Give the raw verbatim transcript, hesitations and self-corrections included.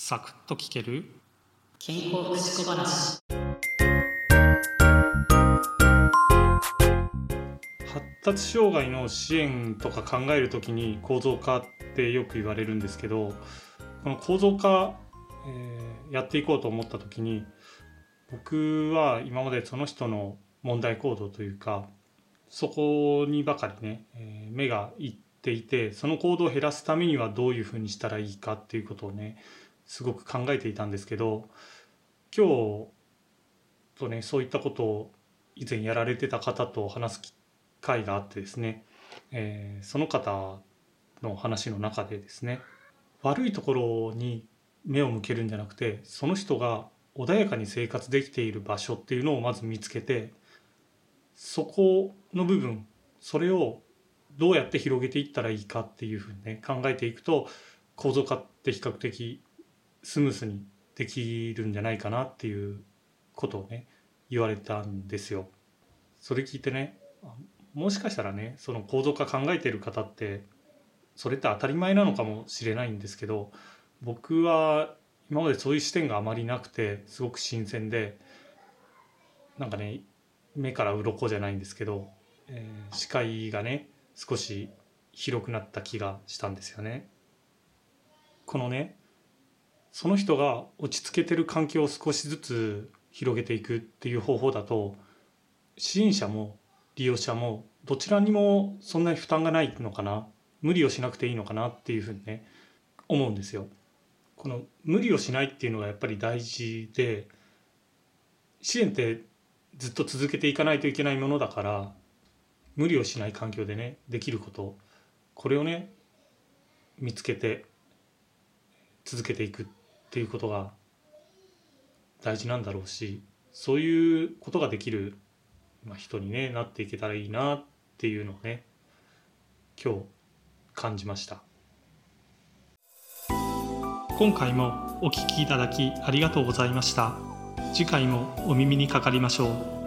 サクッと聞ける健康福祉小話。 発達障害の支援とか考えるときに構造化ってよく言われるんですけど、この構造化、えーやっていこうと思ったときに、僕は今までその人の問題行動というか、そこにばかりね、えー目がいっていて、その行動を減らすためにはどういうふうにしたらいいかっていうことをね、すごく考えていたんですけど、今日とね、そういったことを以前やられてた方と話す機会があってですね、えーその方の話の中でですね、悪いところに目を向けるんじゃなくて、その人が穏やかに生活できている場所っていうのをまず見つけて、そこの部分、それをどうやって広げていったらいいかっていうふうにね、考えていくと、構造化って比較的スムースにできるんじゃないかなっていうことをね、言われたんですよ。それ聞いてね、あもしかしたらね、その構造化考えている方ってそれって当たり前なのかもしれないんですけど、僕は今までそういう視点があまりなくてすごく新鮮で、なんかね、目から鱗じゃないんですけど、えー視界がね少し広くなった気がしたんですよね。このね、その人が落ち着けてる環境を少しずつ広げていくっていう方法だと、支援者も利用者もどちらにもそんなに負担がないのかな、無理をしなくていいのかなっていうふうにね、思うんですよ。この無理をしないっていうのがやっぱり大事で、支援ってずっと続けていかないといけないものだから、無理をしない環境でねできること、これをね見つけて続けていくっていうことが大事なんだろうし、そういうことができるまあ人に、ね、なっていけたらいいなっていうのをね、今日感じました。今回もお聞きいただきありがとうございました。次回もお耳にかかりましょう。